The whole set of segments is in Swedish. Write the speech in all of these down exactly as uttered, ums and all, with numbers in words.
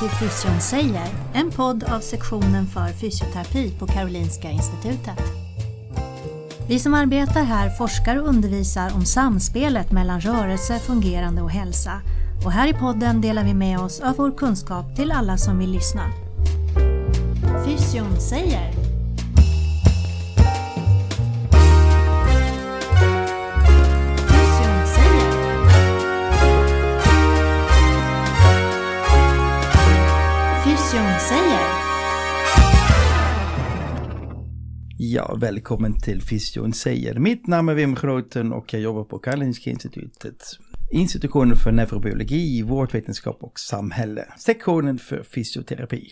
till Fysion säger, en podd av sektionen för fysioterapi på Karolinska institutet. Vi som arbetar här forskar och undervisar om samspelet mellan rörelse, fungerande och hälsa. Och här i podden delar vi med oss av vår kunskap till alla som vill lyssna. Fysion säger. Fysion säger. Fysion säger. Ja, välkommen till Fysion säger. Mitt namn är Wim Groten och jag jobbar på Karolinska institutet. Institutionen för neurobiologi, vårdvetenskap och samhälle. Sektionen för fysioterapi.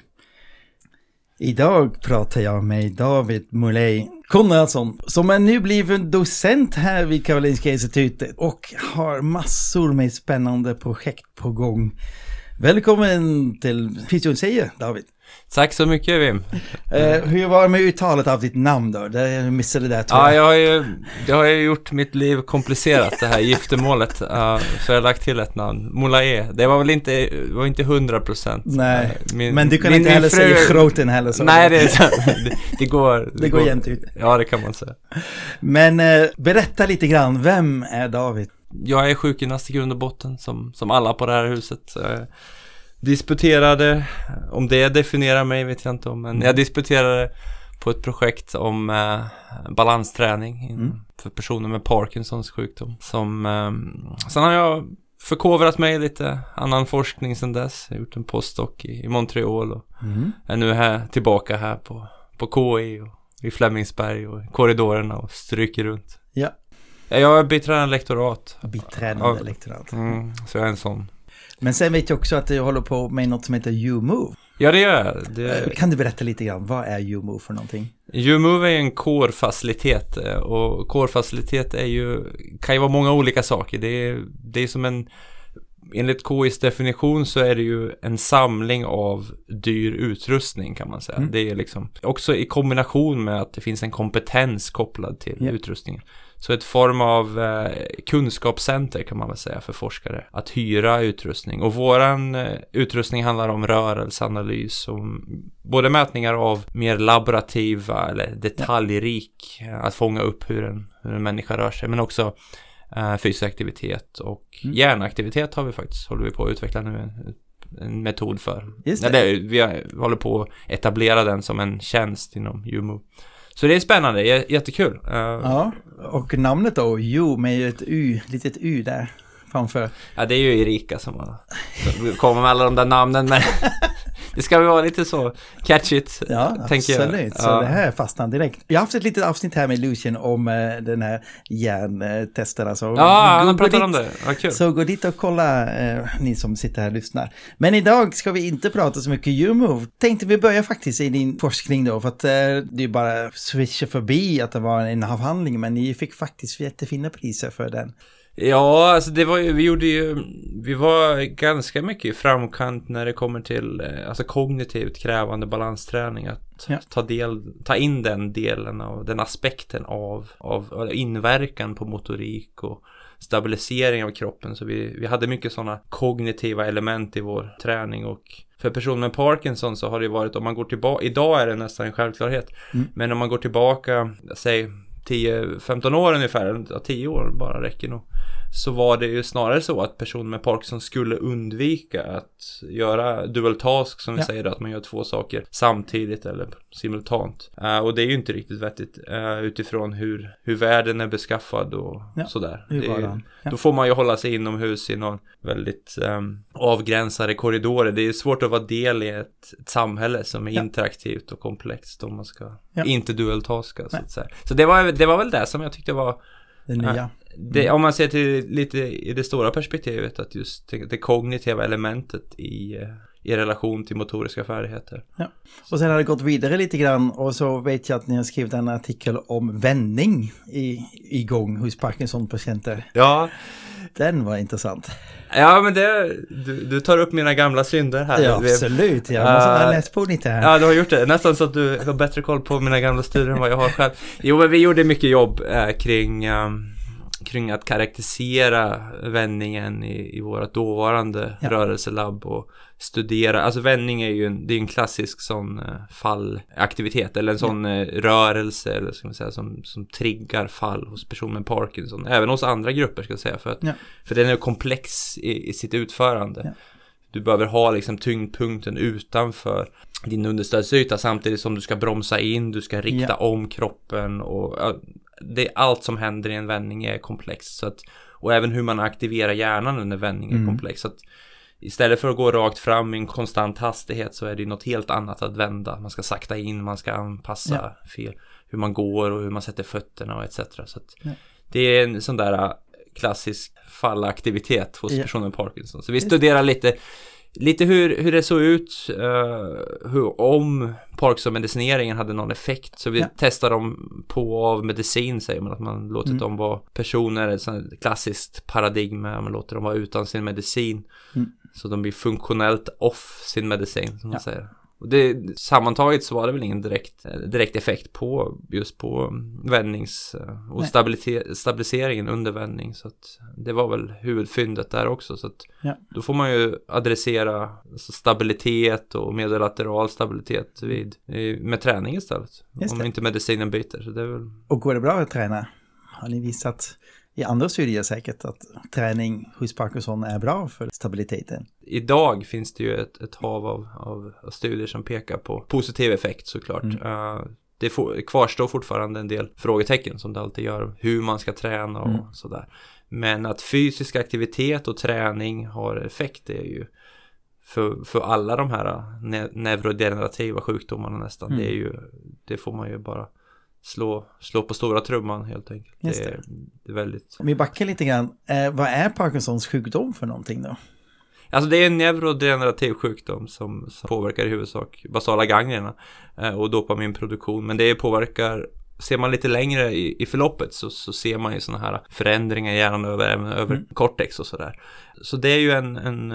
Idag pratar jag med David Molay Konradsson som är nu bliven docent här vid Karolinska institutet och har massor med spännande projekt på gång. Välkommen till Fysion säger, David. Tack så mycket, Wim. Uh, hur var det med uttalet av ditt namn då? Det missade det där, tror jag. Ja, jag. jag har ju, jag har ju gjort mitt liv komplicerat, det här giftermålet. Uh, för jag har lagt till ett namn. Molay. Det var väl inte, var inte hundra procent. Nej, min, men du kan min, inte heller fru... säga Groten heller. Så Nej, det, är så, det, det går. Det, det går, går jämnt ut. Ja, det kan man säga. Men uh, berätta lite grann, vem är David? Jag är sjukgymnast i grund och botten, som, som alla på det här huset. Uh, disputerade, om det definierar mig vet jag inte om, men jag disputerade på ett projekt om eh, balansträning in, mm. för personer med Parkinsons sjukdom. Som, eh, sen har jag förkovrat mig lite annan forskning sedan dess. Jag har gjort en postdoc i, i Montreal och mm. är nu här, tillbaka här på, på K I och i Flemingsberg och i korridorerna och stryker runt. Ja. Jag är biträdande lektorat. Biträdande ja. lektorat. Mm, så jag är en sån. Men sen vet jag också att du håller på med något som heter U-Move. Ja, det gör jag. Det... Kan du berätta lite grann, vad är U-Move för någonting? U-Move är en core-facilitet och core-facilitet är ju, kan ju vara många olika saker. Det är, det är som en, enligt K I:s definition så är det ju en samling av dyr utrustning kan man säga. Mm. Det är liksom också i kombination med att det finns en kompetens kopplad till yeah. utrustningen. Så ett form av eh, kunskapscenter kan man väl säga för forskare att hyra utrustning. Och våran eh, utrustning handlar om rörelseanalys och både mätningar av mer laborativa eller detaljrik eh, att fånga upp hur en, hur en människa rör sig. Men också eh, fysisk aktivitet och mm. hjärnaktivitet har vi faktiskt håller vi på att utveckla nu en, en metod för. Just det. Eller, vi har, håller på att etablera den som en tjänst inom U-Move. Så det är spännande, j- jättekul. Uh, ja, och namnet då, Jo, med ett U, litet U där framför. Ja, det är ju Erika som har kommer med alla de där namnen, men det ska väl vara lite så catchigt, ja, tänker absolut. jag. Så ja. Det här fastnar direkt. Jag har haft ett litet avsnitt här med Lucien om uh, den här hjärntesterna. Så ja, han har pratat om det. Ja, kul. Så gå dit och kolla, uh, ni som sitter här och lyssnar. Men idag ska vi inte prata så mycket U-Move. Tänkte vi börja faktiskt i din forskning då, för att uh, det är bara switcha förbi att det var en avhandling, men ni fick faktiskt jättefina priser för den. Ja, alltså det var ju, vi gjorde ju, vi var ganska mycket i framkant när det kommer till alltså kognitivt krävande balansträning, att ja. ta, del, ta in den delen av den aspekten av, av inverkan på motorik och stabilisering av kroppen. Så vi, vi hade mycket sådana kognitiva element i vår träning. Och för personer med Parkinson så har det varit, om man går tillbaka, idag är det nästan en självklarhet, mm. men om man går tillbaka, säg tio femton år ungefär, tio år bara räcker nog, så var det ju snarare så att personer med Parkinson skulle undvika att göra dual task, som vi ja. säger, att man gör två saker samtidigt eller simultant. Uh, och det är ju inte riktigt vettigt uh, utifrån hur, hur världen är beskaffad och ja, sådär. Det är ju, ja. Då får man ju hålla sig inomhus i någon väldigt um, avgränsade korridorer. Det är svårt att vara del i ett, ett samhälle som är ja. interaktivt och komplext om man ska ja. inte dual taska, så att säga. Så det var, det var väl det som jag tyckte var det nya. Uh, Det, om man ser till lite i det stora perspektivet, att just det, det kognitiva elementet i, i relation till motoriska färdigheter. Ja. Och sen har det gått vidare lite grann, och så vet jag att ni har skrivit en artikel om vändning i, igång hos Parkinson-patienter. Ja. Den var intressant. Ja, men det, du, du tar upp mina gamla synder här. Ja, absolut. Jag måste ha läst på lite här. Ja, du har gjort det. Nästan så att du har bättre koll på mina gamla studier än vad jag har själv. Jo, men vi gjorde mycket jobb eh, kring... Um, kring att karaktärisera vändningen i, i vårt dåvarande ja. rörelselabb och studera. Alltså vändning är ju en, det är en klassisk sån uh, fallaktivitet eller en sån ja. uh, rörelse eller ska man säga, som, som triggar fall hos personer med Parkinson. Även hos andra grupper ska jag säga för, att, ja. för den är komplex i, i sitt utförande. Ja. Du behöver ha liksom tyngdpunkten utanför din understödsyta samtidigt som du ska bromsa in, du ska rikta ja. om kroppen och uh, det, allt som händer i en vändning är komplext. Så att, och även hur man aktiverar hjärnan under vändning är mm. komplext. Så att istället för att gå rakt fram i en konstant hastighet så är det något helt annat att vända. Man ska sakta in, man ska anpassa ja. fel, hur man går och hur man sätter fötterna och et cetera. Så att ja. det är en sån där klassisk fallaktivitet hos ja. personen med Parkinson. Så vi studerar lite Lite hur, hur det såg ut, uh, hur, om Parkinson-medicineringen hade någon effekt. Så vi ja. testar dem på av medicin, säger man, att man låter mm. dem vara personer, ett sånt klassiskt paradigm, man låter dem vara utan sin medicin. Mm. Så de blir funktionellt off sin medicin, som man ja. säger. Och det, sammantaget så var det väl ingen direkt, direkt effekt på just på vändnings och stabilite- stabiliseringen under vändning, så att det var väl huvudfyndet där också, så att ja. då får man ju adressera alltså stabilitet och mediolateral stabilitet vid, med träning istället, om inte medicinen byter, så det är väl... Och går det bra att träna? Har ni visat i andra studier säkert att träning hos Parkinson är bra för stabiliteten? Idag finns det ju ett, ett hav av, av, av studier som pekar på positiv effekt, såklart. Mm. Uh, det for, kvarstår fortfarande en del frågetecken som det alltid gör, hur man ska träna och mm. sådär. Men att fysisk aktivitet och träning har effekt, det är ju för, för alla de här ne- neurodegenerativa sjukdomarna nästan. Mm. Det är ju, det får man ju bara slå, slå på stora trumman helt enkelt. Det. Det, är, det är väldigt... Om vi backar lite grann, eh, vad är Parkinsons sjukdom för någonting då? Alltså det är en neurodegenerativ sjukdom som, som påverkar i huvudsak basala ganglierna eh, och dopaminproduktion. Men det påverkar, ser man lite längre i, i förloppet så, så ser man ju såna här förändringar i hjärnan över, även över mm. cortex och sådär. Så det är ju en, en,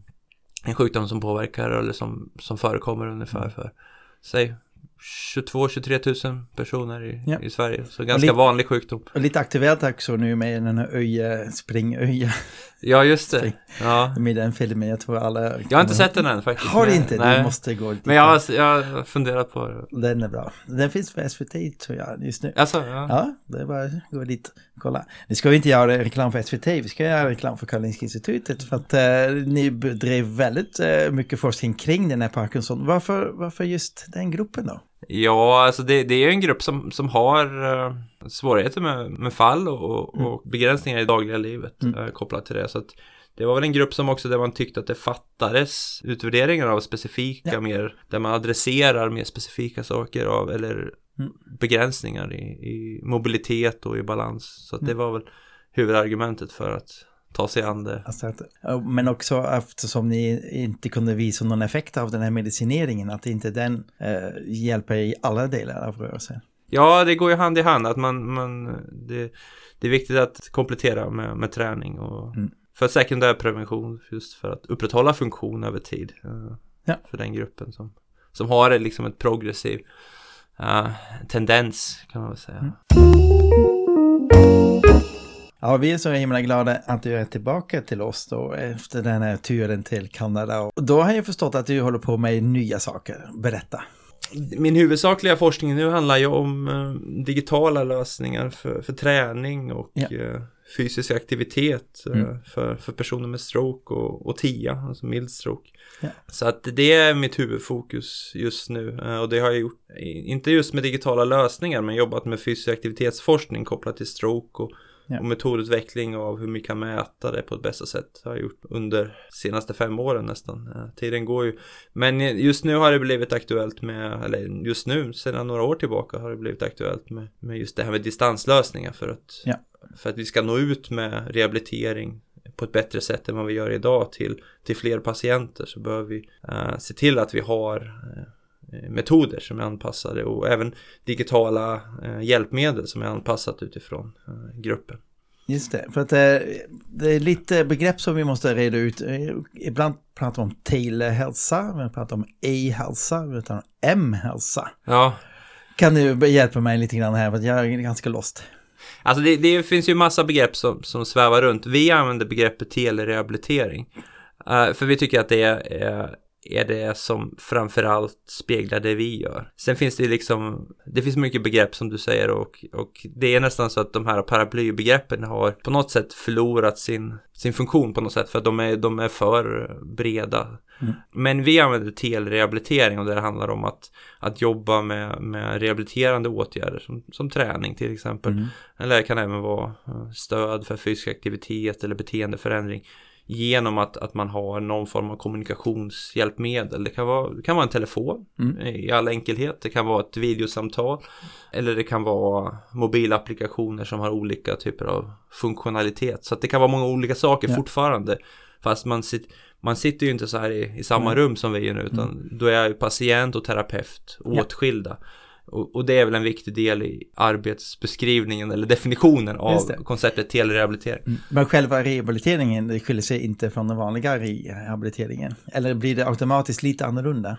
en sjukdom som påverkar eller som, som förekommer ungefär för, säg, tjugotvå till tjugotre tusen personer i, ja. i Sverige. Så ganska lite, vanlig sjukdom. Och lite aktiverat också nu med den här öja, springöja. Ja, just det. Ja. Med den filmen, jag tror alla... Jag har inte sett den än faktiskt. Har du inte? Nej. Du måste gå dit. Men jag har, jag har funderat på det. Den är bra. Den finns på S V T tror jag just nu. Alltså, ja. Ja, det är bara att gå dit och kolla. Vi ska ju inte göra reklam för S V T, vi ska göra reklam för Karolinska institutet för att eh, ni bedrev väldigt eh, mycket forskning kring den här Parkinson. Varför, varför just den gruppen då? Ja, alltså det, det är en grupp som, som har uh, svårigheter med, med fall och, mm. och begränsningar i dagliga livet mm. uh, kopplat till det. Så att det var väl en grupp som också där man tyckte att det fattades utvärderingar av specifika ja. mer, där man adresserar mer specifika saker av, eller mm. begränsningar i, i mobilitet och i balans. Så att mm. det var väl huvudargumentet för att ta sig an det. Men också eftersom ni inte kunde visa någon effekt av den här medicineringen, att inte den eh, hjälper i alla delar av rörelsen. Ja, det går ju hand i hand. Att man, man, det, det är viktigt att komplettera med, med träning och mm. för sekundär prevention, just för att upprätthålla funktion över tid uh, ja. för den gruppen som, som har liksom ett progressiv uh, tendens, kan man väl säga. Mm. Ja, vi är så himla glada att du är tillbaka till oss då efter den här turen till Kanada. Och då har jag förstått att du håller på med nya saker. Berätta. Min huvudsakliga forskning nu handlar ju om uh, digitala lösningar för, för träning och ja. uh, fysisk aktivitet uh, mm. för, för personer med stroke och, och T I A, alltså mild stroke. Ja. Så att det är mitt huvudfokus just nu uh, och det har jag gjort, inte just med digitala lösningar, men jobbat med fysisk aktivitetsforskning kopplat till stroke och Ja. och metodutveckling av hur vi kan mäta det på ett bästa sätt har jag gjort under de senaste fem åren nästan. Tiden går ju. Men just nu har det blivit aktuellt med, eller just nu, sedan några år tillbaka har det blivit aktuellt med, med just det här med distanslösningar för att, ja. för att vi ska nå ut med rehabilitering på ett bättre sätt än vad vi gör idag till, till fler patienter, så behöver vi uh, se till att vi har uh, metoder som är anpassade och även digitala eh, hjälpmedel som är anpassat utifrån eh, gruppen. Just det, för att eh, det är lite begrepp som vi måste reda ut. Ibland pratar vi om telehälsa, vi pratar om e-hälsa, vi pratar om m-hälsa. Ja. Kan du hjälpa mig lite grann här, för jag är ganska lost. Alltså det, det finns ju massa begrepp som, som svävar runt. Vi använder begreppet telerehabilitering. Uh, för vi tycker att det är, är, är det som framförallt speglar det vi gör. Sen finns det ju liksom, det finns mycket begrepp som du säger och, och det är nästan så att de här paraplybegreppen har på något sätt förlorat sin, sin funktion på något sätt för att de är, de är för breda. Mm. Men vi använder telerehabilitering och det handlar om att, att jobba med, med rehabiliterande åtgärder som, som träning till exempel. Mm. Eller det kan även vara stöd för fysisk aktivitet eller beteendeförändring genom att, att man har någon form av kommunikationshjälpmedel. Det kan vara, det kan vara en telefon mm. i all enkelhet. Det kan vara ett videosamtal eller det kan vara mobilapplikationer som har olika typer av funktionalitet. Så att det kan vara många olika saker ja. fortfarande. Fast man, sit, man sitter ju inte så här i, i samma mm. rum som vi är nu utan mm. då är ju patient och terapeut åtskilda. Ja. Och, och det är väl en viktig del i arbetsbeskrivningen eller definitionen av konceptet telerehabilitering. Mm. Men själva rehabiliteringen det skiljer sig inte från den vanliga rehabiliteringen? Eller blir det automatiskt lite annorlunda?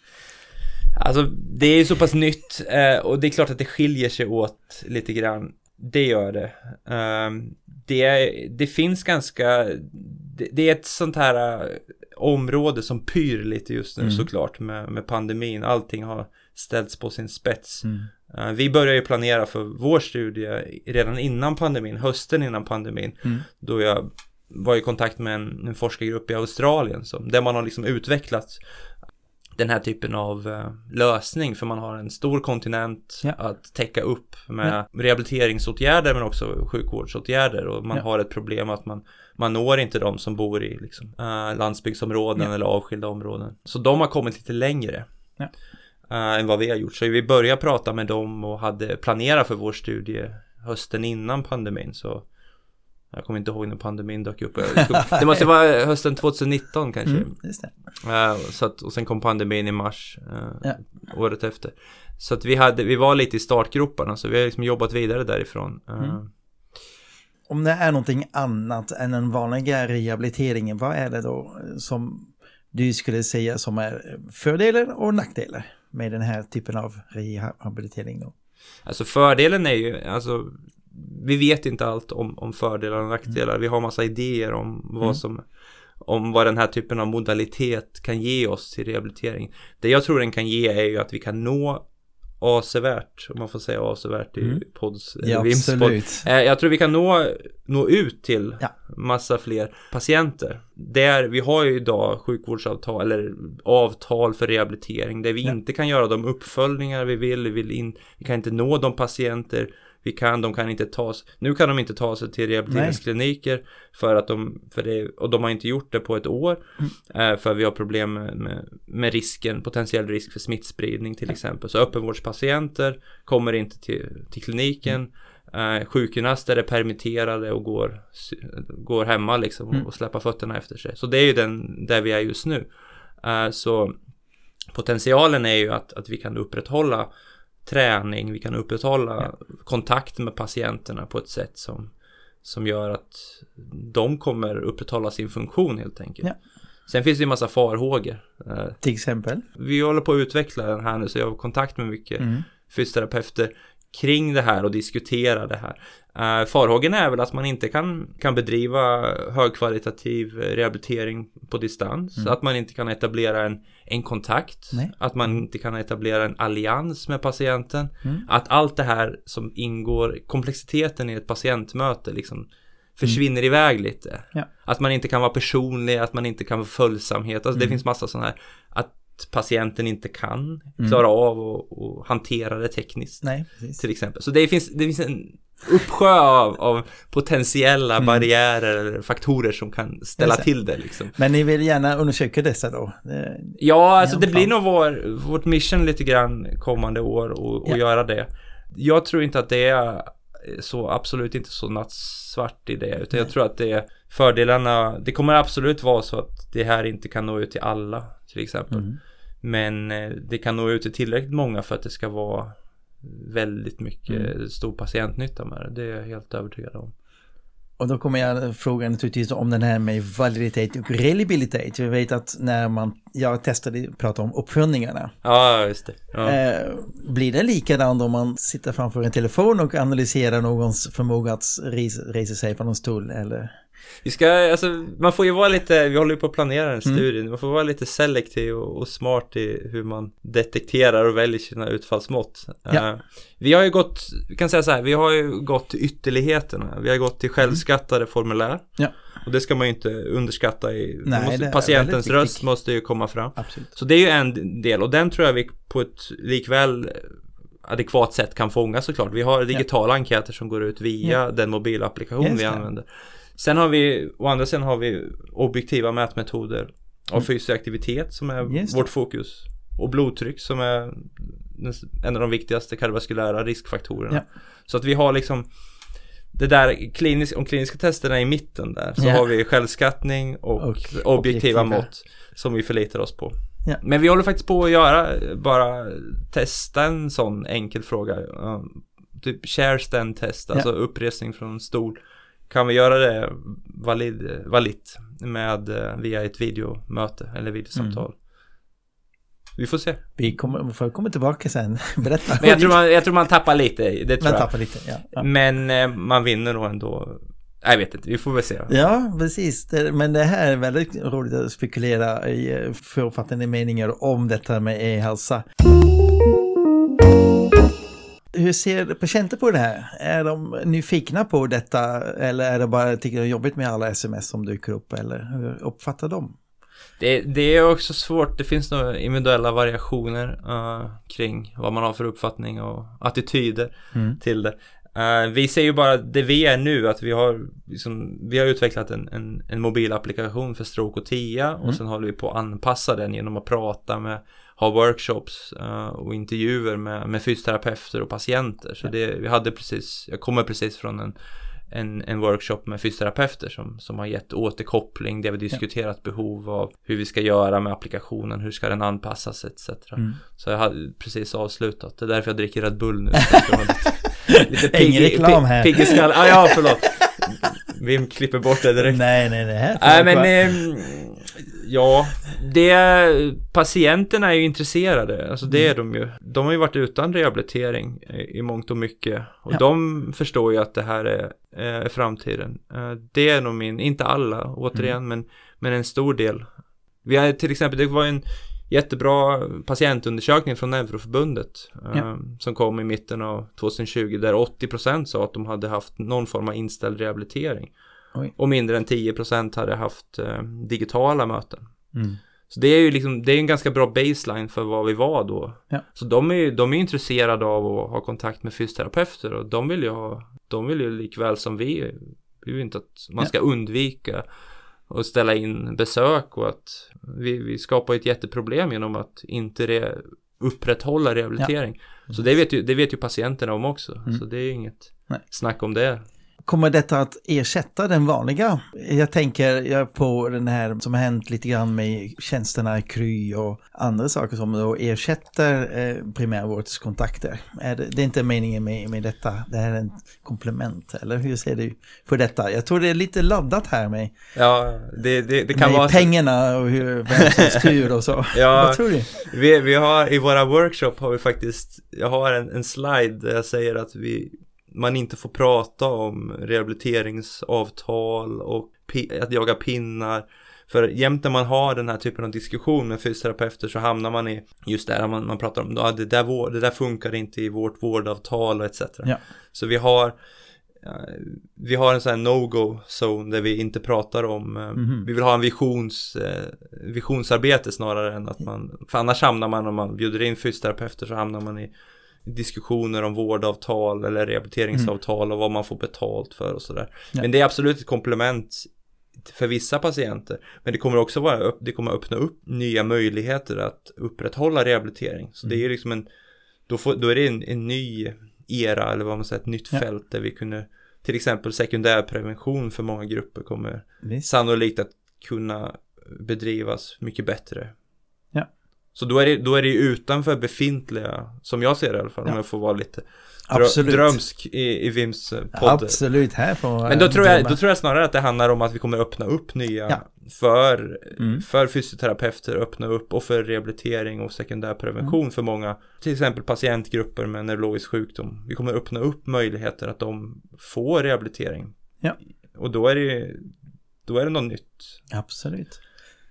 Alltså det är ju så pass nytt eh, och det är klart att det skiljer sig åt lite grann. Det gör det. Um, det, är, det finns ganska... Det, det är ett sånt här uh, område som pyr lite just nu mm. såklart med, med pandemin. Allting har ställts på sin spets. Mm. Uh, vi började ju planera för vår studie redan innan pandemin, hösten innan pandemin. Mm. Då jag var i kontakt med en, en forskargrupp i Australien som, där man har liksom utvecklat den här typen av uh, lösning för man har en stor kontinent ja. att täcka upp med ja. rehabiliteringsåtgärder men också sjukvårdsåtgärder och man ja. har ett problem att man, man når inte de som bor i liksom, uh, landsbygdsområden ja. eller avskilda områden. Så de har kommit lite längre ja. uh, än vad vi har gjort. Så vi började prata med dem och hade planerat för vår studie hösten innan pandemin så jag kommer inte ihåg när pandemin dök upp. Det måste vara hösten tjugonitton kanske. Mm, just det. Uh, så att, och sen kom pandemin i mars uh, ja. året efter. Så att vi, hade, vi var lite i startgroparna så vi har liksom jobbat vidare därifrån. Uh. Mm. Om det är någonting annat än den vanliga rehabiliteringen, vad är det då som du skulle säga som är fördelar och nackdelar med den här typen av rehabilitering då? Alltså fördelen är ju, alltså vi vet inte allt om, om fördelar och nackdelar. Vi har massa idéer om vad mm. som om vad den här typen av modalitet kan ge oss till rehabilitering. Det jag tror den kan ge är ju att vi kan nå avsevärt, om man får säga avsevärt i mm. pods ja, absolut. Jag tror vi kan nå, nå ut till ja. massa fler patienter. Där vi har ju idag sjukvårdsavtal eller avtal för rehabilitering där vi ja. inte kan göra de uppföljningar vi vill. Vi, vill in, vi kan inte nå de patienter vi kan, de kan inte ta sig, nu kan de inte ta sig till rehabiliteringskliniker Nej. för att de, för det, och de har inte gjort det på ett år mm. eh, för vi har problem med, med, med risken, potentiell risk för smittspridning till ja. exempel. Så öppenvårdspatienter kommer inte till, till kliniken, mm. eh, sjukgymnaster är permitterade och går, går hemma liksom mm. och släpper fötterna efter sig. Så det är ju den där vi är just nu. Eh, så potentialen är ju att, att vi kan upprätthålla träning, vi kan upprätthålla ja. kontakt med patienterna på ett sätt som, som gör att de kommer upprätthålla sin funktion helt enkelt. Ja. Sen finns det ju en massa farhågor. Till exempel? Vi håller på att utveckla den här nu så jag har kontakt med mycket mm. fysioterapeuter kring det här och diskutera det här. Uh, farhågen är väl att man inte kan, kan bedriva högkvalitativ rehabilitering på distans. Mm. Att man inte kan etablera en, en kontakt. Nej. Att man inte kan etablera en allians med patienten. Mm. Att allt det här som ingår, komplexiteten i ett patientmöte liksom försvinner mm. iväg lite. Ja. Att man inte kan vara personlig, att man inte kan vara följsamhet. Alltså mm. det finns massa sådana här, att patienten inte kan klara mm. av och, och hantera det tekniskt. Nej, till exempel. Så det finns, det finns en uppsjö av, av potentiella mm. barriärer eller faktorer som kan ställa till det. Liksom. Men ni vill gärna undersöka dessa då? Det, ja, alltså det blir nog vår, vårt mission lite grann kommande år och, och ja. göra det. Jag tror inte att det är så absolut inte så nattsvart i det. Utan Nej. jag tror att det är fördelarna. Det kommer absolut vara så att det här inte kan nå ut till alla till exempel. Mm. Men det kan nå ut till tillräckligt många för att det ska vara väldigt mycket mm. stor patientnytta med det. Det är jag helt övertygad om. Och då kommer jag fråga naturligtvis om den här med validitet och reliabilitet. Vi vet att när man, jag testade, pratade om uppföljningarna. Ja, just det. Ja. Eh, blir det likadant om man sitter framför en telefon och analyserar någons förmåga att resa, resa sig från en stol eller... Vi ska, alltså, man får ju vara lite, vi håller ju på att planera en studie, mm. man får vara lite selektiv och, och smart i hur man detekterar och väljer sina utfallsmått. Ja. Uh, vi har ju gått, vi kan säga så här, vi har ju gått till ytterligheterna, vi har gått till självskattade mm. formulär. Ja. Och det ska man ju inte underskatta i, Nej, måste, patientens röst viktigt. Måste ju komma fram. Absolut. Så det är ju en del, och den tror jag vi på ett likväl adekvat sätt kan fånga såklart. Vi har digitala ja. enkäter som går ut via ja. den mobilapplikation yes, vi använder. Sen har vi, å andra sidan har vi objektiva mätmetoder av mm. fysisk aktivitet som är Just vårt fokus. Och blodtryck som är en av de viktigaste kardiovaskulära riskfaktorerna. Ja. Så att vi har liksom det där, klinisk, om kliniska testerna är i mitten där så ja. har vi självskattning och, och objektiva, objektiva mått som vi förlitar oss på. Ja. Men vi håller faktiskt på att göra, bara testa en sån enkel fråga. Um, typ chair stand test, ja. alltså uppresning från stol. Kan vi göra det valid, valid med via ett videomöte eller videosamtal? Mm. Vi får se. Vi kommer, får komma tillbaka sen. Berätta. Men jag tror man, jag tror man tappar lite. Det tror man jag. tappar lite, ja. ja. Men eh, man vinner nog ändå. Jag vet inte, vi får väl se. Ja, precis. Det, men det här är väldigt roligt att spekulera i författande meningar om detta med e-hälsa. Hur ser patienter på det här? Är de nyfikna på detta eller är det bara tycker det är jobbigt med alla sms som dyker upp eller hur uppfattar de? Det, det är också svårt. Det finns några individuella variationer uh, kring vad man har för uppfattning och attityder mm. till det. Uh, vi ser ju bara det vi är nu att vi har, liksom, vi har utvecklat en, en, en mobilapplikation för stroke och T I A mm. och sen håller vi på att anpassa den genom att prata med, ha workshops uh, och intervjuer med, med fysioterapeuter och patienter. Så det, vi hade precis, jag kommer precis från en, en, en workshop med fysioterapeuter som, som har gett återkoppling, det vi diskuterat ja. behov av hur vi ska göra med applikationen, hur ska den anpassas et cetera. Mm. Så jag hade precis avslutat, det är därför jag dricker Red Bull nu. Lite pigg, reklam här. Pigg, pigg ah, ja, förlåt. Vi klipper bort det direkt. Nej, nej, det här. Nej, men eh, ja, det patienterna är ju intresserade. Alltså det är de ju. De har ju varit utan rehabilitering i, i mångt och mycket och ja. de förstår ju att det här är, är framtiden. Det är nog min, inte alla återigen, mm. men men en stor del. Vi har till exempel, det var en jättebra patientundersökning från Neuroförbundet ja. um, som kom i mitten av tjugohundratjugo där åttio procent sa att de hade haft någon form av inställd rehabilitering. Oj. Och mindre än tio procent hade haft uh, digitala möten. Mm. Så det är ju liksom, det är en ganska bra baseline för vad vi var då. Ja. Så de är de är intresserade av att ha kontakt med fysioterapeuter och de vill ju ha, de vill ju likväl som vi, vi vill inte att man ska ja. undvika och ställa in besök och att vi, vi skapar ett jätteproblem genom att inte re, upprätthålla rehabilitering. Ja. Så det vet ju, det vet ju patienterna om också. Mm. Så det är inget Nej. snack om det. Kommer detta att ersätta den vanliga? Jag tänker på den här som har hänt lite grann med tjänsterna i Kry och andra saker som då ersätter eh, primärvårdskontakter. Är det, det är inte meningen med, med detta. Det här är en komplement, eller hur ser du på detta? Jag tror det är lite laddat här med, ja, det, det, det kan med vara pengarna och hur vem som styr och så. Ja, vad tror du? Vi, vi har, i våra workshop har vi faktiskt, jag har en, en slide där jag säger att vi man inte får prata om rehabiliteringsavtal och pi- att jaga pinnar. För jämt när man har den här typen av diskussion med fysioterapeuter så hamnar man i just där man, man pratar om ah, det, där vår, det där funkar inte i vårt vårdavtal och et cetera. Ja. Så vi har vi har en sån här no-go-zone där vi inte pratar om mm-hmm. vi vill ha en visions, visionsarbete snarare än att man, för annars hamnar man om man bjuder in fysioterapeuter så hamnar man i diskussioner om vårdavtal eller rehabiliteringsavtal mm. och vad man får betalt för och sådär. Ja. Men det är absolut ett komplement för vissa patienter. Men det kommer också vara det kommer öppna upp nya möjligheter att upprätthålla rehabilitering. Så mm. det är liksom en då, får, då är det en, en ny era eller vad man säger, ett nytt ja. fält där vi kunde till exempel sekundärprevention för många grupper kommer Visst. sannolikt att kunna bedrivas mycket bättre. Ja. Så då är det, då är det utanför befintliga, som jag ser det i alla fall, ja. om jag får vara lite Absolut. drömsk i, i Vims podd. Absolut, här får Men då tror, jag, då tror jag snarare att det handlar om att vi kommer öppna upp nya ja. för, mm. för fysioterapeuter, öppna upp och för rehabilitering och sekundär prevention mm. för många, till exempel patientgrupper med neurologisk sjukdom. Vi kommer öppna upp möjligheter att de får rehabilitering. Ja. Och då är det då är det något nytt. Absolut.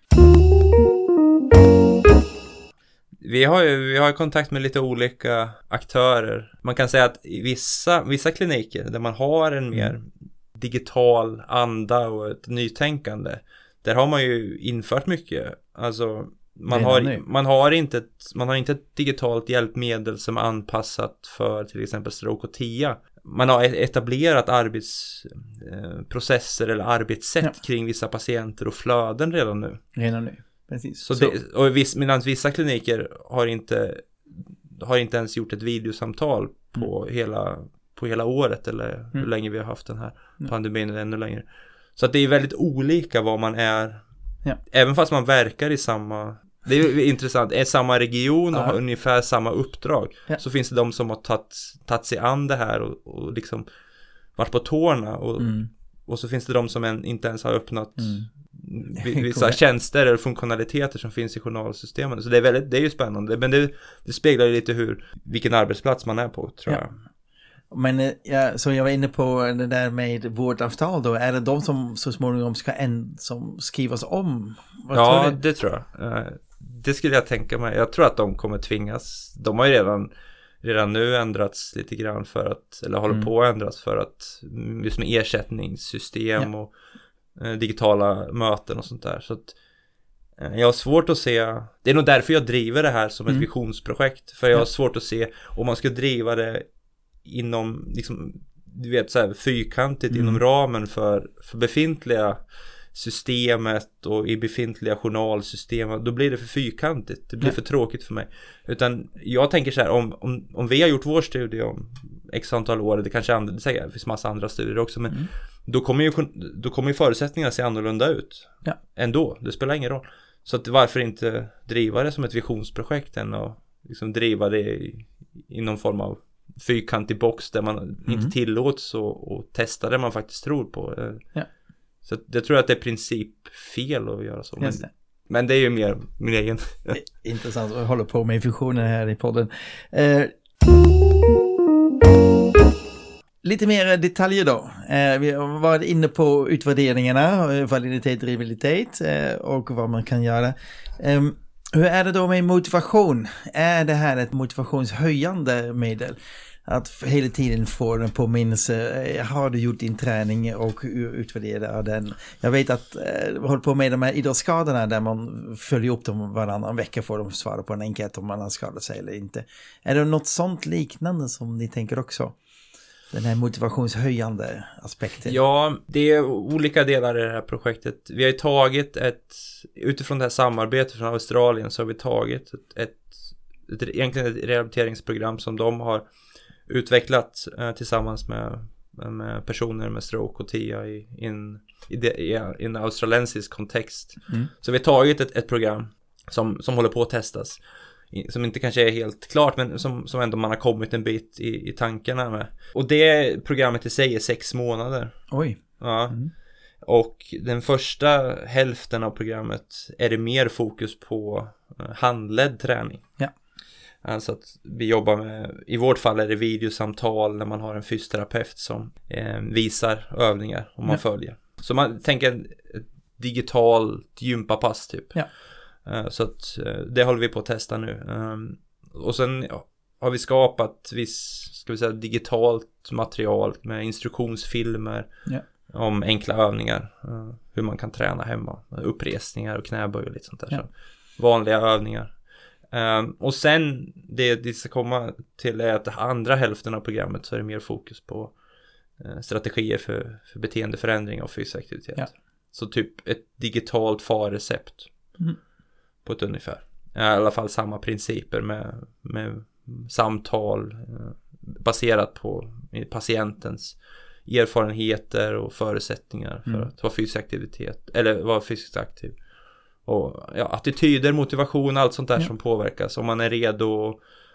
Vi har ju vi har kontakt med lite olika aktörer. Man kan säga att i vissa, vissa kliniker där man har en mer digital anda och ett nytänkande, där har man ju infört mycket. Alltså man har, man har inte ett, man har inte ett digitalt hjälpmedel som är anpassat för till exempel stroke och T I A. Man har etablerat arbetsprocesser eller arbetssätt ja. kring vissa patienter och flöden redan nu. Redan nu. Precis. Så, så. Det, och viss, medan vissa kliniker har inte, har inte ens gjort ett videosamtal på, mm. hela, på hela året eller mm. hur länge vi har haft den här mm. pandemin eller ännu längre. Så att det är väldigt olika vad man är, ja. även fast man verkar i samma, det är intressant, är samma region och ja. har ungefär samma uppdrag, ja. så finns det de som har tagit, tagit sig an det här och, och liksom varit på tårna och, mm. och så finns det de som en, inte ens har öppnat mm. vissa tjänster eller funktionaliteter som finns i journalsystemen. Så det är väldigt, det är ju spännande, men det, det speglar ju lite hur, vilken arbetsplats man är på, tror ja. jag. Men ja, så jag var inne på det där med vårdavtal då, är det de som så småningom ska en, som skrivas om? Vad ja, tror du? Det tror jag. Det skulle jag tänka mig. Jag tror att de kommer tvingas, de har ju redan redan nu ändrats lite grann för att, eller håller mm. på att ändras för att, just med ersättningssystem ja. och digitala möten och sånt där. Så att jag har svårt att se, det är nog därför jag driver det här som ett mm. visionsprojekt, för jag har svårt att se om man ska driva det inom liksom, du vet, så här fyrkantigt mm. inom ramen för, för befintliga systemet och i befintliga journalsystem, då blir det för fyrkantigt, det blir ja. för tråkigt för mig. Utan jag tänker så här, om, om, om vi har gjort vår studie om x antal år, det kanske andra, det finns massa andra studier också, men mm. då kommer ju, då kommer ju förutsättningarna se annorlunda ut ja. ändå, det spelar ingen roll. Så att varför inte driva det som ett visionsprojekt än att liksom driva det i, i någon form av fyrkantig box där man mm. inte tillåts och, och testa det man faktiskt tror på. Ja. Så jag tror att det är princip fel att göra så. Men, det. men det är ju mer min egen. Intressant att hålla på med fusionen här i podden. Eh, lite mer detaljer då. Eh, vi har varit inne på utvärderingarna, validitet, drivalitet eh, och vad man kan göra. Eh, hur är det då med motivation? Är det här ett motivationshöjande medel? Att hela tiden få en påminnelse, har du gjort din träning och utvärdera den. Jag vet att vi eh, håller på med de här idrottsskadorna där man följer upp dem varannan vecka, får de svara på en enkät om man har skadat sig eller inte. Är det något sånt liknande som ni tänker också? Den här motivationshöjande aspekten. Ja, det är olika delar i det här projektet. Vi har ju tagit ett, utifrån det här samarbetet från Australien så har vi tagit ett, ett, ett egentligen ett rehabiliteringsprogram som de har utvecklat eh, tillsammans med, med personer med stroke och T I A i en i, i, i en australiensisk kontext. Mm. Så vi har tagit ett, ett program som, som håller på att testas. I, som inte kanske är helt klart, men som, som ändå man har kommit en bit i, i tankarna med. Och det programmet i sig är sex månader. Oj. Ja. Mm. Och den första hälften av programmet är det mer fokus på uh, handledd träning. Ja. Alltså att vi jobbar med, i vårt fall är det videosamtal när man har en fysioterapeut som eh, visar övningar och man ja. följer. Så man tänker ett digitalt gympapass typ. Ja. Uh, så att uh, det håller vi på att testa nu. Um, och sen ja, har vi skapat viss, ska vi säga, digitalt material med instruktionsfilmer ja. om enkla övningar. Uh, hur man kan träna hemma. Uppresningar och knäböj och lite sånt där. Ja. Så vanliga övningar. Um, och sen det det ska komma till är att andra hälften av programmet så är det mer fokus på uh, strategier för, för beteendeförändring och fysisk aktivitet. Ja. Så typ ett digitalt farrecept mm. på ett ungefär. I alla fall samma principer med, med samtal uh, baserat på patientens erfarenheter och förutsättningar för mm. att vara fysisk aktivitet eller vara fysiskt aktiv. Och ja, attityder, motivation, allt sånt där ja. som påverkas. Om man är redo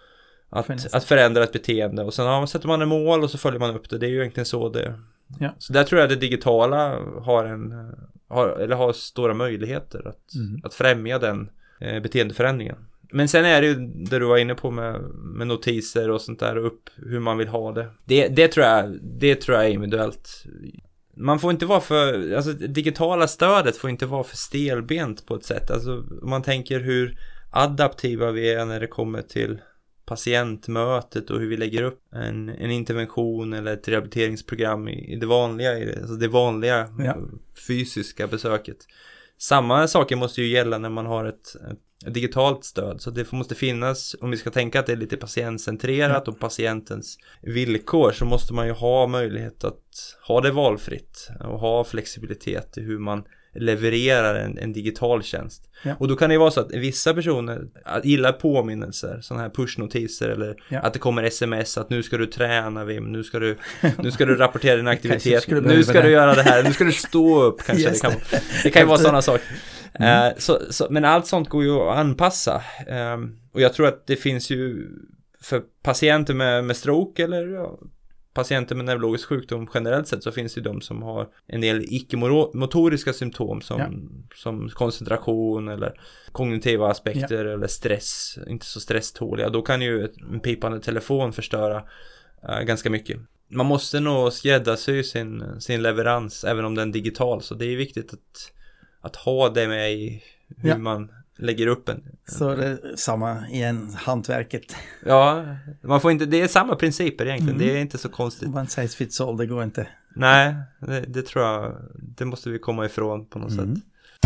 att, att förändra ett beteende. Och sen ja, sätter man en mål och så följer man upp det. Det är ju egentligen så det... Ja. Så där tror jag det digitala har en har, eller har stora möjligheter att, mm. att främja den eh, beteendeförändringen. Men sen är det ju det du var inne på med, med notiser och sånt där och upp hur man vill ha det. Det, det, tror jag, det tror jag är individuellt. Man får inte vara för, alltså digitala stödet får inte vara för stelbent på ett sätt. Alltså om man tänker hur adaptiva vi är när det kommer till patientmötet och hur vi lägger upp en, en intervention eller ett rehabiliteringsprogram i, i det vanliga, alltså det vanliga ja. fysiska besöket. Samma saker måste ju gälla när man har ett, ett digitalt stöd. Så det måste finnas, om vi ska tänka att det är lite patientcentrerat ja. och patientens villkor, så måste man ju ha möjlighet att ha det valfritt och ha flexibilitet i hur man levererar en, en digital tjänst. Ja. Och då kan det ju vara så att vissa personer gillar påminnelser, sådana här pushnotiser eller ja. att det kommer sms att nu ska du träna Wim, nu ska du, nu ska du rapportera din aktivitet, nu ska du göra det här, nu ska du stå upp kanske. Det kan, det kan ju vara sådana saker. Mm. Uh, så, så, men allt sånt går ju att anpassa. Um, och jag tror att det finns ju för patienter med, med stroke eller ja, patienter med neurologisk sjukdom generellt sett, så finns det ju de som har en del icke-motoriska symptom som, ja. som koncentration eller kognitiva aspekter ja. eller stress, inte så stresståliga. Då kan ju en pipande telefon förstöra uh, ganska mycket. Man måste nog skräddarsy sin, sin leverans även om den är digital, så det är viktigt att, att ha det med i hur ja. man lägger upp en. Så det är samma igen, hantverket. Ja, man får inte, det är samma principer egentligen, mm. det är inte så konstigt. One size fits all, det går inte. Nej, det, det tror jag, det måste vi komma ifrån på något mm. sätt.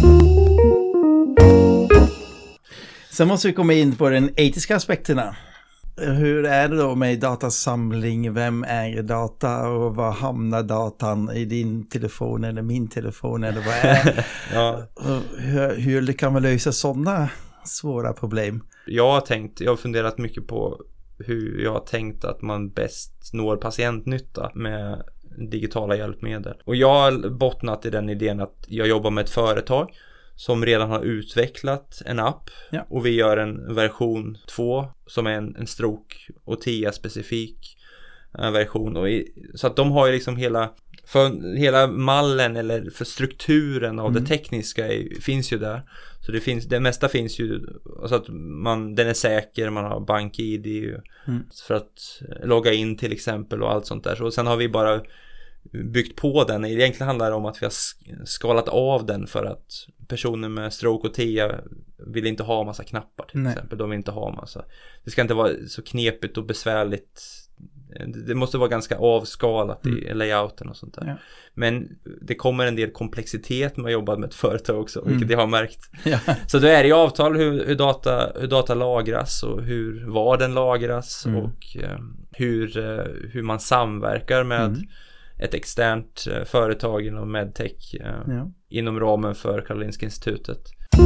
Sen måste vi komma in på den etiska aspekterna. Hur är det då med datasamling? Vem äger data och var hamnar datan i din telefon eller min telefon eller vad är? ja. hur, hur kan man lösa sådana svåra problem? Jag har tänkt, jag har funderat mycket på hur jag har tänkt att man bäst når patientnytta med digitala hjälpmedel. Och jag har bottnat i den idén att jag jobbar med ett företag som redan har utvecklat en app ja. och vi gör en version två som är en, en stroke och T I A-specifik uh, version. Och i, så att de har ju liksom hela, för hela mallen eller för strukturen av mm. det tekniska är, finns ju där. Så det, finns, det mesta finns ju, så att man, den är säker, man har bank-I D mm. för att logga in till exempel och allt sånt där. Så sen har vi bara byggt på den. Egentligen handlar det om att vi har skalat av den för att personer med stroke och T I A vill inte ha massa knappar till Nej. exempel. De vill inte ha massa. Det ska inte vara så knepigt och besvärligt. Det måste vara ganska avskalat mm. i layouten och sånt där. Ja. Men det kommer en del komplexitet med att jobba med ett företag också, vilket mm. jag har märkt. Ja. Så då är det i avtal hur, hur, data, hur data lagras och hur, var den lagras mm. och eh, hur, eh, hur man samverkar med mm. ett externt eh, företag inom medtech eh, ja. inom ramen för Karolinska institutet.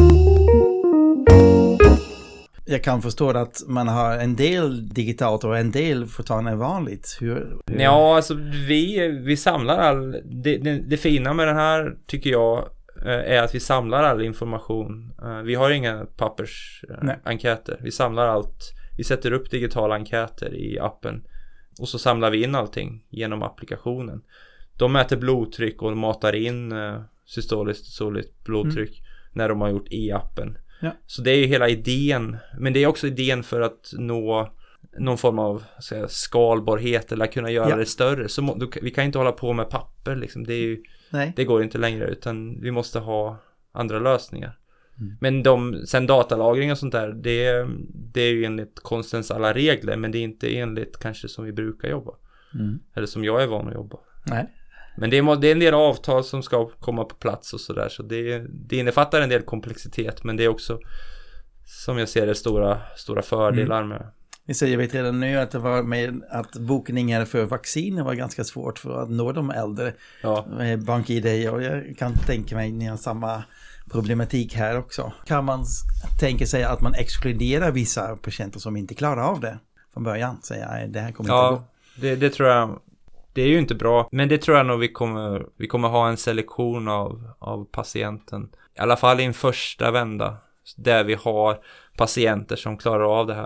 Jag kan förstå att man har en del digitalt och en del fortfarande vanligt. Hur, hur? Ja, alltså vi, vi samlar all... Det, det, det fina med den här tycker jag är att vi samlar all information. Vi har inga pappersenkäter. Vi samlar allt. Vi sätter upp digitala enkäter i appen. Och så samlar vi in allting genom applikationen. De mäter blodtryck och matar in systoliskt och diastoliskt blodtryck mm. när de har gjort i appen. Ja. Så det är ju hela idén. Men det är också idén för att nå någon form av säga, skalbarhet eller kunna göra ja. det större. Så må, då, vi kan inte hålla på med papper. Liksom. Det, är ju, det går inte längre, utan vi måste ha andra lösningar. Mm. Men de, sen datalagring och sånt där, det, det är ju enligt konstens alla regler, men det är inte enligt kanske som vi brukar jobba. Mm. Eller som jag är van att jobba. Nej. Men det är, det är en del avtal som ska komma på plats och sådär. Så det, det innefattar en del komplexitet. Men det är också, som jag ser det, stora, stora fördelar mm. med. Vi säger vet redan nu att det var med att bokningar för vacciner var ganska svårt för att nå de äldre. Ja. BankID och jag kan tänka mig ni har samma problematik här också. Kan man tänka sig att man exkluderar vissa patienter som inte klarar av det från början? Säga nej, det här kommer ja, inte att gå. Det, det tror jag... Det är ju inte bra, men det tror jag nog vi kommer, vi kommer ha en selektion av, av patienten. I alla fall i en första vända, där vi har patienter som klarar av det här.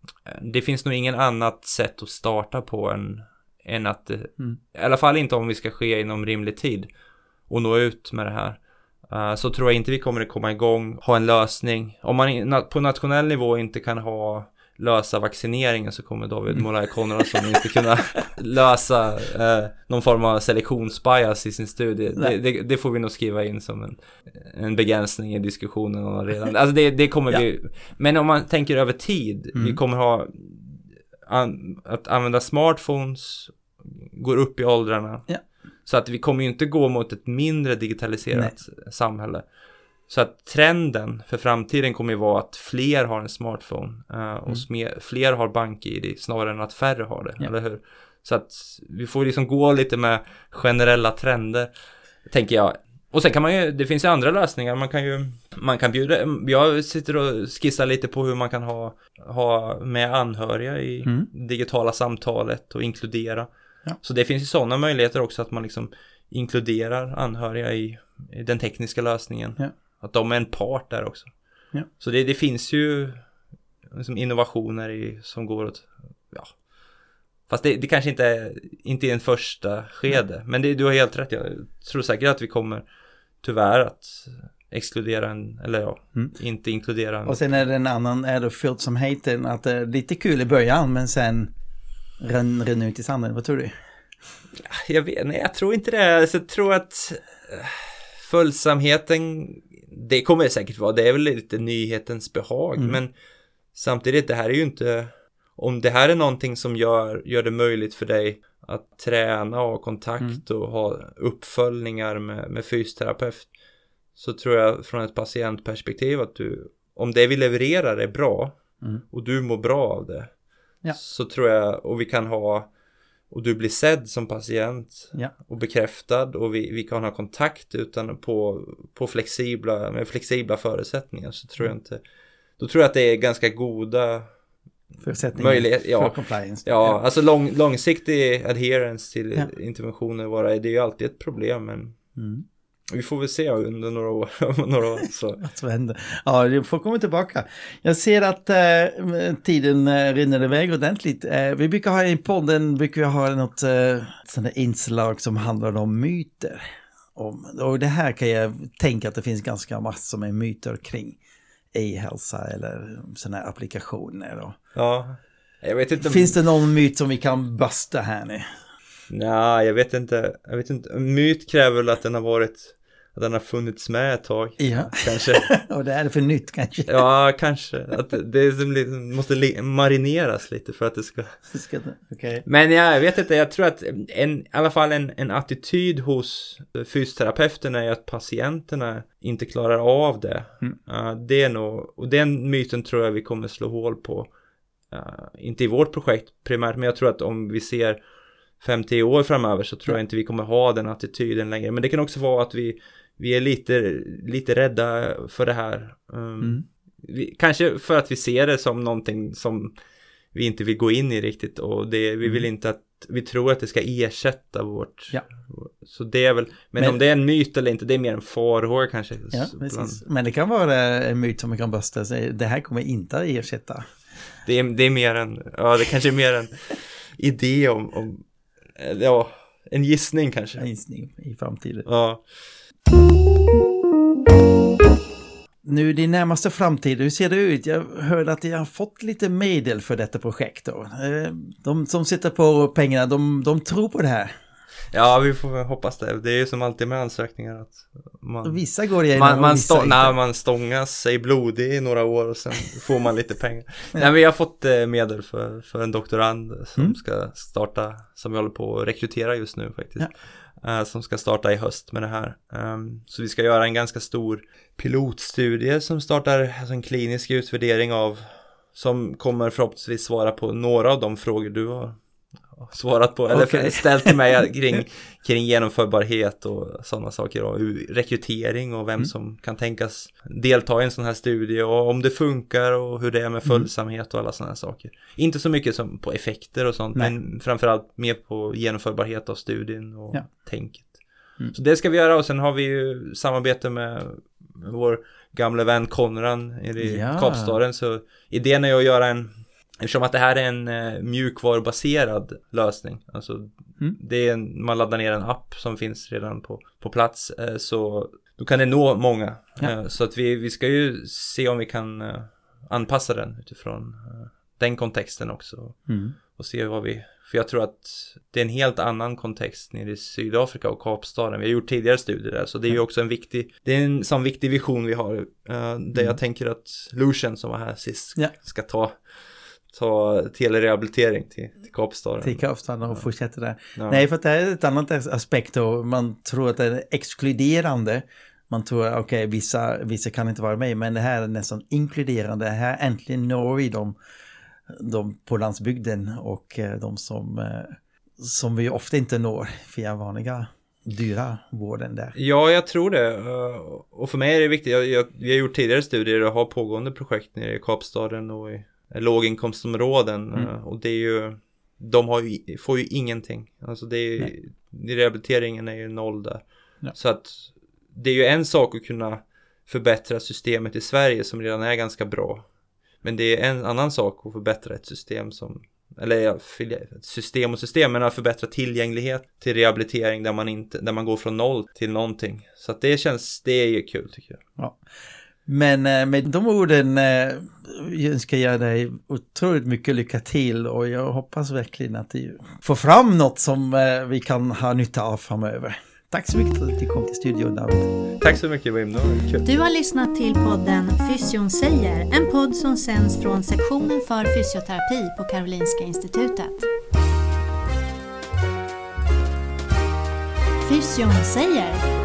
det finns nog ingen annat sätt att starta på än, än att, mm. i alla fall inte om vi ska ske inom rimlig tid och nå ut med det här. Uh, så tror jag inte vi kommer att komma igång, ha en lösning. Om man på nationell nivå inte kan ha lösa vaccineringen, så kommer David Molay Konradsson inte kunna lösa uh, någon form av selektionsbias i sin studie. Det, det, det får vi nog skriva in som en, en begränsning i diskussionen redan. Alltså det, det kommer ja. vi, men om man tänker över tid, mm. vi kommer ha an, att använda smartphones går upp i åldrarna. Ja. Så att vi kommer ju inte gå mot ett mindre digitaliserat Nej. samhälle. Så att trenden för framtiden kommer ju vara att fler har en smartphone uh, och mm. smer, fler har bank-I D snarare än att färre har det, ja. eller hur? Så att vi får liksom gå lite med generella trender, tänker jag. Och sen kan man ju, det finns ju andra lösningar. Man kan ju, man kan bjuda, jag sitter och skissar lite på hur man kan ha, ha med anhöriga i mm. digitala samtalet och inkludera. Ja. Så det finns ju sådana möjligheter också, att man liksom inkluderar anhöriga i, i den tekniska lösningen. Ja. Att de är en part där också. Ja. Så det, det finns ju liksom innovationer i, som går åt, ja. Fast det, det kanske inte är, inte är en första skede. Ja. Men det, du har helt rätt. Jag tror säkert att vi kommer tyvärr att exkludera en, eller ja, mm. inte inkludera en. Och sen är det en annan ärofylld som heter att det är lite kul i början, men sen Ränn, ränn ut i sanden, vad tror du? Jag vet, nej, jag tror inte det. Så jag tror att följsamheten, det kommer det säkert vara. Det är väl lite nyhetens behag. Mm. Men samtidigt, det här är ju inte, om det här är någonting som gör, gör det möjligt för dig att träna och ha kontakt mm. och ha uppföljningar med, med fysioterapeut, så tror jag från ett patientperspektiv att du, om det vi levererar är bra mm. och du mår bra av det, ja. så tror jag, och vi kan ha, och du blir sedd som patient ja. och bekräftad, och vi, vi kan ha kontakt utan på, på flexibla, med flexibla förutsättningar, så tror jag inte, då tror jag att det är ganska goda möjligheter ja, för compliance. Ja, ja. Alltså lång, långsiktig adherence till ja. interventioner vara, det är ju alltid ett problem, men mm. vi får väl se under några år. några år så. Vad som händer. Ja, du får komma tillbaka. Jag ser att äh, tiden äh, rinner iväg ordentligt. Äh, vi brukar ha i podden, brukar vi ha något äh, sådant inslag som handlar om myter. Om, och det här kan jag tänka att det finns ganska massor med myter kring e-hälsa eller sådana här applikationer. Och. Ja, jag vet inte. Finns det någon myt som vi kan basta här nu? Nej, jag vet inte. Jag vet inte. Myt kräver väl att den har varit, att den har funnits med ett tag. Ja. Kanske. Och det är det för nytt kanske. Ja, kanske. Att det är som lite, måste li- marineras lite för att det ska... ska okay. Men ja, jag vet inte. Jag tror att en, i alla fall en, en attityd hos fysioterapeuterna är att patienterna inte klarar av det. Mm. Uh, det är nog, och den myten tror jag vi kommer slå hål på. Uh, inte i vårt projekt primärt, men jag tror att om vi ser fem till tio år framöver så tror jag inte vi kommer ha den attityden längre. Men det kan också vara att vi, vi är lite, lite rädda för det här. Um, mm. vi, kanske för att vi ser det som någonting som vi inte vill gå in i riktigt. Och det, vi vill inte att, vi tror att det ska ersätta vårt... Ja. Så det är väl, men, men om det är en myt eller inte, det är mer en farhåga kanske. Ja, precis. Men det kan vara en myt som man kan basta sig. Det här kommer inte att ersätta. Det är, det är mer en, ja det kanske är mer en idé om, om ja, en gissning kanske. En gissning i framtiden. Ja. Nu din närmaste framtid, hur ser det ut? Jag hörde att jag har fått lite medel för detta projekt då. De som sitter på pengarna, de, de tror på det här. Ja, vi får hoppas det. Det är ju som alltid med ansökningar att man, vissa går igenom man, man, vissa stå, nej, man stångas sig blodig i några år och sen får man lite pengar. Ja. Nej, men vi har fått eh, medel för, för en doktorand som mm. ska starta, som vi håller på att rekrytera just nu faktiskt. Ja. Uh, som ska starta i höst med det här. Um, så vi ska göra en ganska stor pilotstudie som startar, alltså en klinisk utvärdering av, som kommer förhoppningsvis svara på några av de frågor du har svarat på, eller okay. ställt till mig kring, kring genomförbarhet och sådana saker, och rekrytering och vem mm. som kan tänkas delta i en sån här studie och om det funkar och hur det är med följsamhet och alla sådana här saker. Inte så mycket som på effekter och sånt, Nej. men framförallt mer på genomförbarhet av studien och ja. tänket. Mm. Så det ska vi göra, och sen har vi ju samarbete med vår gamla vän Konrad i ja. Kapstaden, så idén är att göra en eftersom att det här är en eh, mjukvarubaserad lösning. Alltså mm. det är en, man laddar ner en app som finns redan på, på plats. Eh, så då kan det nå många. Ja. Eh, så att vi, vi ska ju se om vi kan eh, anpassa den utifrån eh, den kontexten också. Mm. Och se vad vi... För jag tror att det är en helt annan kontext nere i Sydafrika och Kapstaden. Vi har gjort tidigare studier där. Så det är ju också en viktig... Det är en sån viktig vision vi har. Uh, där mm. jag tänker att Lucian som var här sist ja. ska ta, ta telerehabilitering till, till Kapstaden. Till Kapstaden och ja. fortsätta där. Ja. Nej, för att det är ett annat aspekt. Och man tror att det är exkluderande. Man tror att okay, vissa, vissa kan inte vara med. Men det här är nästan inkluderande. Det här äntligen når vi dem. De på landsbygden och de som, som vi ofta inte når via vanliga dyra vården där. Ja, jag tror det. Och för mig är det viktigt. Jag, jag, vi har gjort tidigare studier och har pågående projekt nere i Kapstaden och i låginkomstområden. Mm. Och det är ju, de har ju, får ju ingenting. Alltså det är, rehabiliteringen är ju noll där. Ja. Så att det är ju en sak att kunna förbättra systemet i Sverige som redan är ganska bra. Men det är en annan sak att förbättra ett system som, eller ja, ett system och system, men att förbättra tillgänglighet till rehabilitering där man inte, där man går från noll till någonting. Så att det känns, det är ju kul tycker jag. Ja. Men med de orden jag önskar jag dig otroligt mycket lycka till och jag hoppas verkligen att du får fram något som vi kan ha nytta av framöver. Tack så mycket för att du kom till studion, David. Tack så mycket, Wim. Kul. Du har lyssnat till podden Fysion säger, en podd som sänds från sektionen för fysioterapi på Karolinska institutet. Fysion säger.